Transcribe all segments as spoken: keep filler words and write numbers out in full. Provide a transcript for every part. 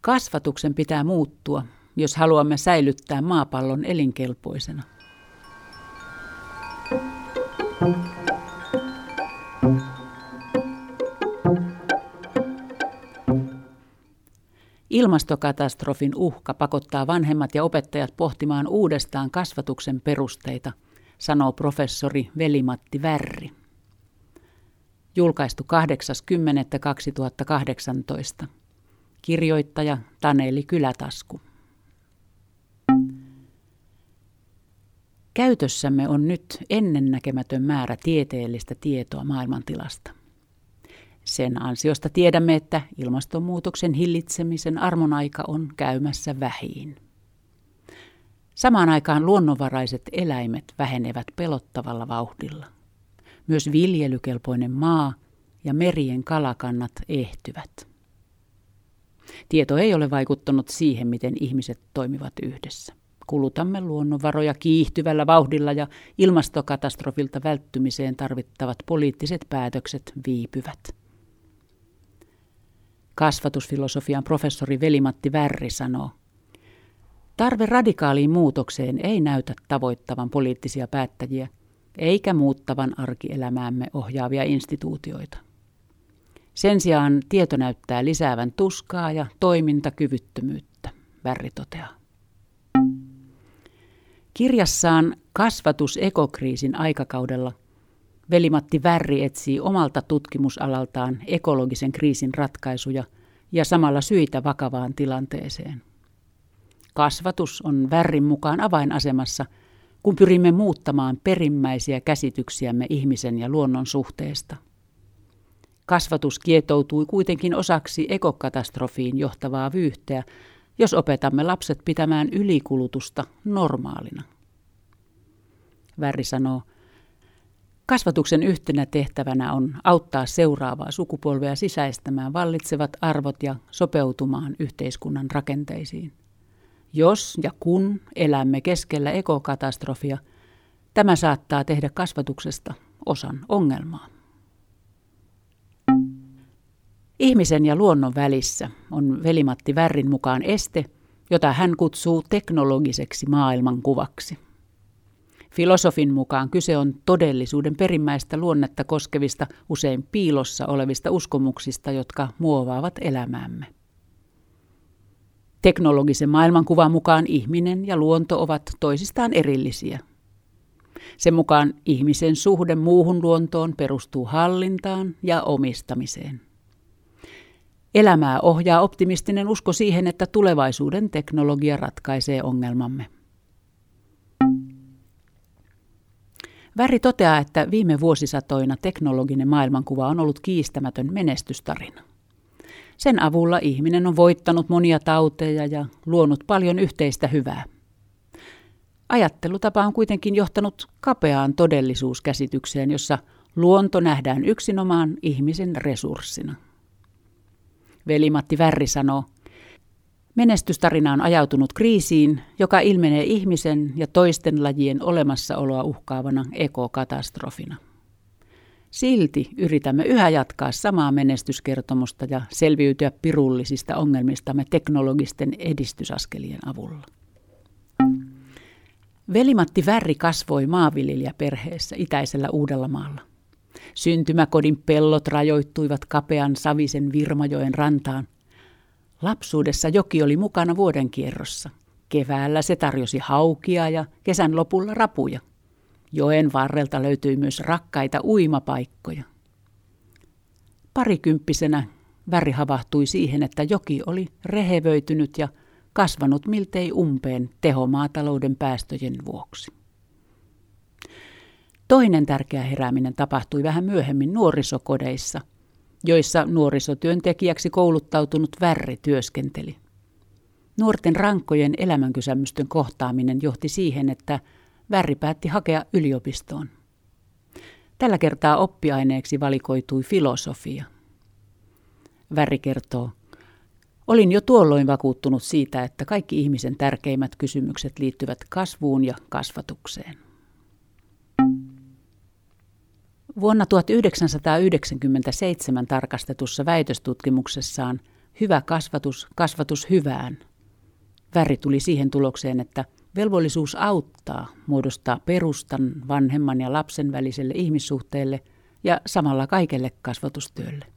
Kasvatuksen pitää muuttua, jos haluamme säilyttää maapallon elinkelpoisena. Ilmastokatastrofin uhka pakottaa vanhemmat ja opettajat pohtimaan uudestaan kasvatuksen perusteita, sanoo professori Veli-Matti Värri. Julkaistu kahdeksas kymmenettä kaksituhattakahdeksantoista. Kirjoittaja Taneli Kylätasku. Käytössämme on nyt ennennäkemätön määrä tieteellistä tietoa maailmantilasta. Sen ansiosta tiedämme, että ilmastonmuutoksen hillitsemisen armonaika on käymässä vähiin. Samaan aikaan luonnonvaraiset eläimet vähenevät pelottavalla vauhdilla. Myös viljelykelpoinen maa ja merien kalakannat ehtyvät. Tieto ei ole vaikuttanut siihen, miten ihmiset toimivat yhdessä. Kulutamme luonnonvaroja kiihtyvällä vauhdilla ja ilmastokatastrofilta välttymiseen tarvittavat poliittiset päätökset viipyvät. Kasvatusfilosofian professori Veli-Matti Värri sanoo, tarve radikaaliin muutokseen ei näytä tavoittavan poliittisia päättäjiä, eikä muuttavan arkielämäämme ohjaavia instituutioita. Sen sijaan tieto näyttää lisäävän tuskaa ja toimintakyvyttömyyttä, Värri toteaa. Kirjassaan Kasvatus ekokriisin aikakaudella Veli-Matti Värri etsii omalta tutkimusalaltaan ekologisen kriisin ratkaisuja ja samalla syitä vakavaan tilanteeseen. Kasvatus on Värrin mukaan avainasemassa, kun pyrimme muuttamaan perimmäisiä käsityksiämme ihmisen ja luonnon suhteesta. Kasvatus kietoutui kuitenkin osaksi ekokatastrofiin johtavaa vyyhteä, jos opetamme lapset pitämään ylikulutusta normaalina. Värri sanoo, kasvatuksen yhtenä tehtävänä on auttaa seuraavaa sukupolvea sisäistämään vallitsevat arvot ja sopeutumaan yhteiskunnan rakenteisiin. Jos ja kun elämme keskellä ekokatastrofia, tämä saattaa tehdä kasvatuksesta osan ongelmaa. Ihmisen ja luonnon välissä on Veli-Matti Värrin mukaan este, jota hän kutsuu teknologiseksi maailmankuvaksi. Filosofin mukaan kyse on todellisuuden perimmäistä luonnetta koskevista, usein piilossa olevista uskomuksista, jotka muovaavat elämäämme. Teknologisen maailmankuvan mukaan ihminen ja luonto ovat toisistaan erillisiä. Sen mukaan ihmisen suhde muuhun luontoon perustuu hallintaan ja omistamiseen. Elämää ohjaa optimistinen usko siihen, että tulevaisuuden teknologia ratkaisee ongelmamme. Värri toteaa, että viime vuosisatoina teknologinen maailmankuva on ollut kiistämätön menestystarina. Sen avulla ihminen on voittanut monia tauteja ja luonut paljon yhteistä hyvää. Ajattelutapa on kuitenkin johtanut kapeaan todellisuuskäsitykseen, jossa luonto nähdään yksinomaan ihmisen resurssina. Veli-Matti Värri sanoo, menestystarina on ajautunut kriisiin, joka ilmenee ihmisen ja toisten lajien olemassaoloa uhkaavana ekokatastrofina. Silti yritämme yhä jatkaa samaa menestyskertomusta ja selviytyä pirullisista ongelmistamme teknologisten edistysaskelien avulla. Veli-Matti Värri kasvoi maanviljelijäperheessä itäisellä Uudellamaalla. Syntymäkodin pellot rajoittuivat kapean savisen Virmajoen rantaan. Lapsuudessa joki oli mukana vuodenkierrossa. Keväällä se tarjosi haukia ja kesän lopulla rapuja. Joen varrelta löytyi myös rakkaita uimapaikkoja. Parikymppisenä Värri havahtui siihen, että joki oli rehevöitynyt ja kasvanut miltei umpeen tehomaatalouden päästöjen vuoksi. Toinen tärkeä herääminen tapahtui vähän myöhemmin nuorisokodeissa, joissa nuorisotyöntekijäksi kouluttautunut Värri työskenteli. Nuorten rankkojen elämänkysymysten kohtaaminen johti siihen, että Värri päätti hakea yliopistoon. Tällä kertaa oppiaineeksi valikoitui filosofia. Värri kertoo, olin jo tuolloin vakuuttunut siitä, että kaikki ihmisen tärkeimmät kysymykset liittyvät kasvuun ja kasvatukseen. Vuonna tuhatyhdeksänsataayhdeksänkymmentäseitsemän tarkastetussa väitöstutkimuksessaan Hyvä kasvatus, kasvatus hyvään. Väri tuli siihen tulokseen, että velvollisuus auttaa muodostaa perustan vanhemman ja lapsen väliselle ihmissuhteelle ja samalla kaikelle kasvatustyölle.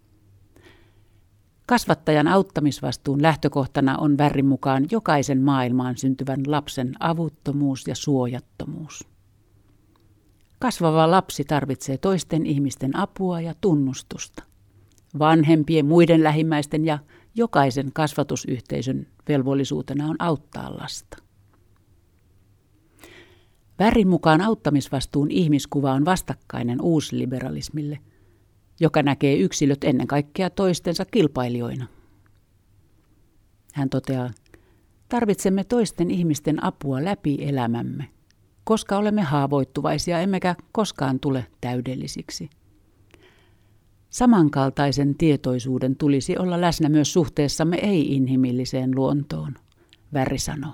Kasvattajan auttamisvastuun lähtökohtana on Värrin mukaan jokaisen maailmaan syntyvän lapsen avuttomuus ja suojattomuus. Kasvava lapsi tarvitsee toisten ihmisten apua ja tunnustusta. Vanhempien, muiden lähimmäisten ja jokaisen kasvatusyhteisön velvollisuutena on auttaa lasta. Värrin mukaan auttamisvastuun ihmiskuva on vastakkainen uusliberalismille, joka näkee yksilöt ennen kaikkea toistensa kilpailijoina. Hän toteaa, tarvitsemme toisten ihmisten apua läpi elämämme, koska olemme haavoittuvaisia emmekä koskaan tule täydellisiksi. Samankaltaisen tietoisuuden tulisi olla läsnä myös suhteessamme ei-inhimilliseen luontoon, Värri sanoo.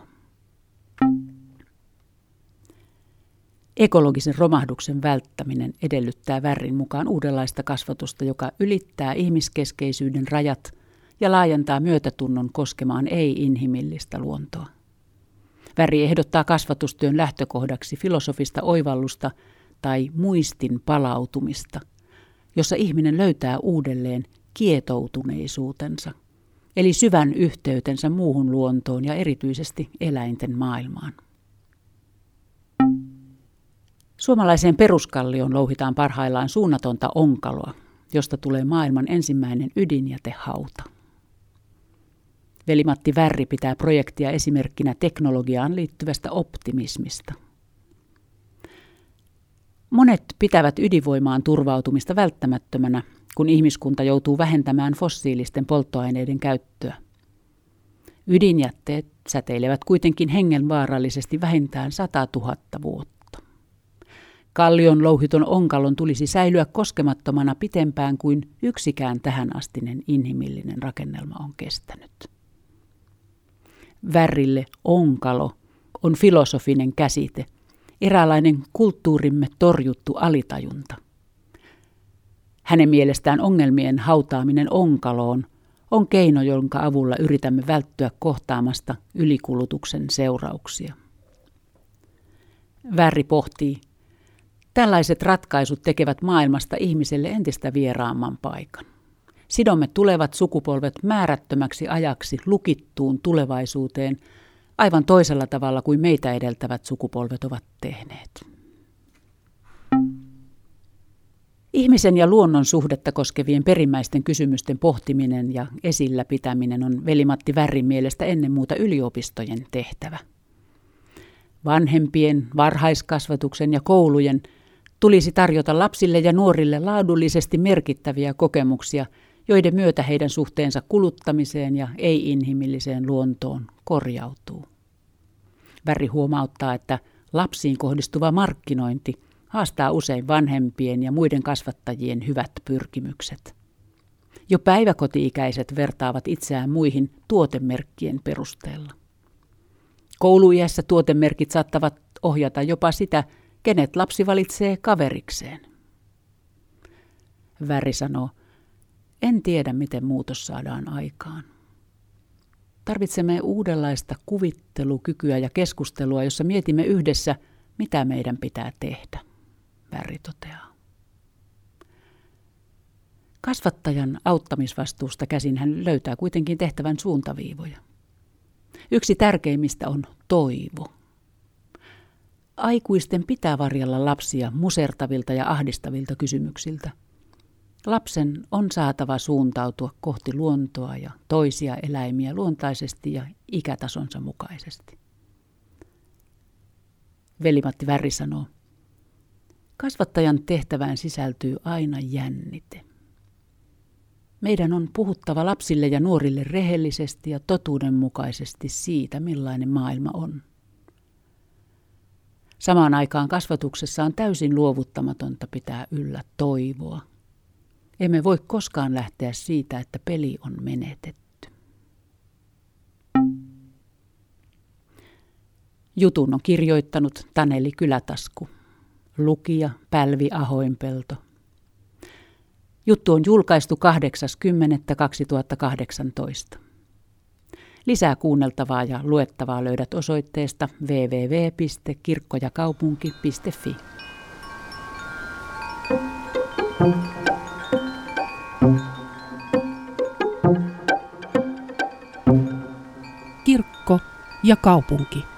Ekologisen romahduksen välttäminen edellyttää Värrin mukaan uudenlaista kasvatusta, joka ylittää ihmiskeskeisyyden rajat ja laajentaa myötätunnon koskemaan ei-inhimillistä luontoa. Värri ehdottaa kasvatustyön lähtökohdaksi filosofista oivallusta tai muistin palautumista, jossa ihminen löytää uudelleen kietoutuneisuutensa, eli syvän yhteytensä muuhun luontoon ja erityisesti eläinten maailmaan. Suomalaiseen peruskallioon louhitaan parhaillaan suunnatonta onkaloa, josta tulee maailman ensimmäinen ydinjätehauta. Veli-Matti Värri pitää projektia esimerkkinä teknologiaan liittyvästä optimismista. Monet pitävät ydinvoimaan turvautumista välttämättömänä, kun ihmiskunta joutuu vähentämään fossiilisten polttoaineiden käyttöä. Ydinjätteet säteilevät kuitenkin hengenvaarallisesti vähintään satatuhatta vuotta. Kallion louhiton onkalon tulisi säilyä koskemattomana pitempään kuin yksikään tähänastinen inhimillinen rakennelma on kestänyt. Värrille onkalo on filosofinen käsite, eräänlainen kulttuurimme torjuttu alitajunta. Hänen mielestään ongelmien hautaaminen onkaloon on keino, jonka avulla yritämme välttyä kohtaamasta ylikulutuksen seurauksia. Värri pohtii, tällaiset ratkaisut tekevät maailmasta ihmiselle entistä vieraamman paikan. Sidomme tulevat sukupolvet määrättömäksi ajaksi lukittuun tulevaisuuteen aivan toisella tavalla kuin meitä edeltävät sukupolvet ovat tehneet. Ihmisen ja luonnon suhdetta koskevien perimmäisten kysymysten pohtiminen ja esillä pitäminen on Veli-Matti Värrin mielestä ennen muuta yliopistojen tehtävä. Vanhempien, varhaiskasvatuksen ja koulujen tulisi tarjota lapsille ja nuorille laadullisesti merkittäviä kokemuksia, joiden myötä heidän suhteensa kuluttamiseen ja ei-inhimilliseen luontoon korjautuu. Värri huomauttaa, että lapsiin kohdistuva markkinointi haastaa usein vanhempien ja muiden kasvattajien hyvät pyrkimykset. Jo päiväkoti-ikäiset vertaavat itseään muihin tuotemerkkien perusteella. Kouluiässä tuotemerkit saattavat ohjata jopa sitä, kenet lapsi valitsee kaverikseen. Värri sanoo, en tiedä miten muutos saadaan aikaan. Tarvitsemme uudenlaista kuvittelukykyä ja keskustelua, jossa mietimme yhdessä, mitä meidän pitää tehdä, Värri toteaa. Kasvattajan auttamisvastuusta käsin hän löytää kuitenkin tehtävän suuntaviivoja. Yksi tärkeimmistä on toivo. Aikuisten pitää varjella lapsia musertavilta ja ahdistavilta kysymyksiltä. Lapsen on saatava suuntautua kohti luontoa ja toisia eläimiä luontaisesti ja ikätasonsa mukaisesti. Veli-Matti Värri sanoo, kasvattajan tehtävään sisältyy aina jännite. Meidän on puhuttava lapsille ja nuorille rehellisesti ja totuudenmukaisesti siitä, millainen maailma on. Samaan aikaan kasvatuksessa on täysin luovuttamatonta pitää yllä toivoa. Emme voi koskaan lähteä siitä, että peli on menetetty. Jutun on kirjoittanut Taneli Kylätasku. Lukija Pälvi Ahoinpelto. Juttu on julkaistu kahdeksas kymmenettä kaksituhattakahdeksantoista. Lisää kuunneltavaa ja luettavaa löydät osoitteesta double-u double-u double-u piste kirkkojakaupunki piste fi. Kirkko ja kaupunki.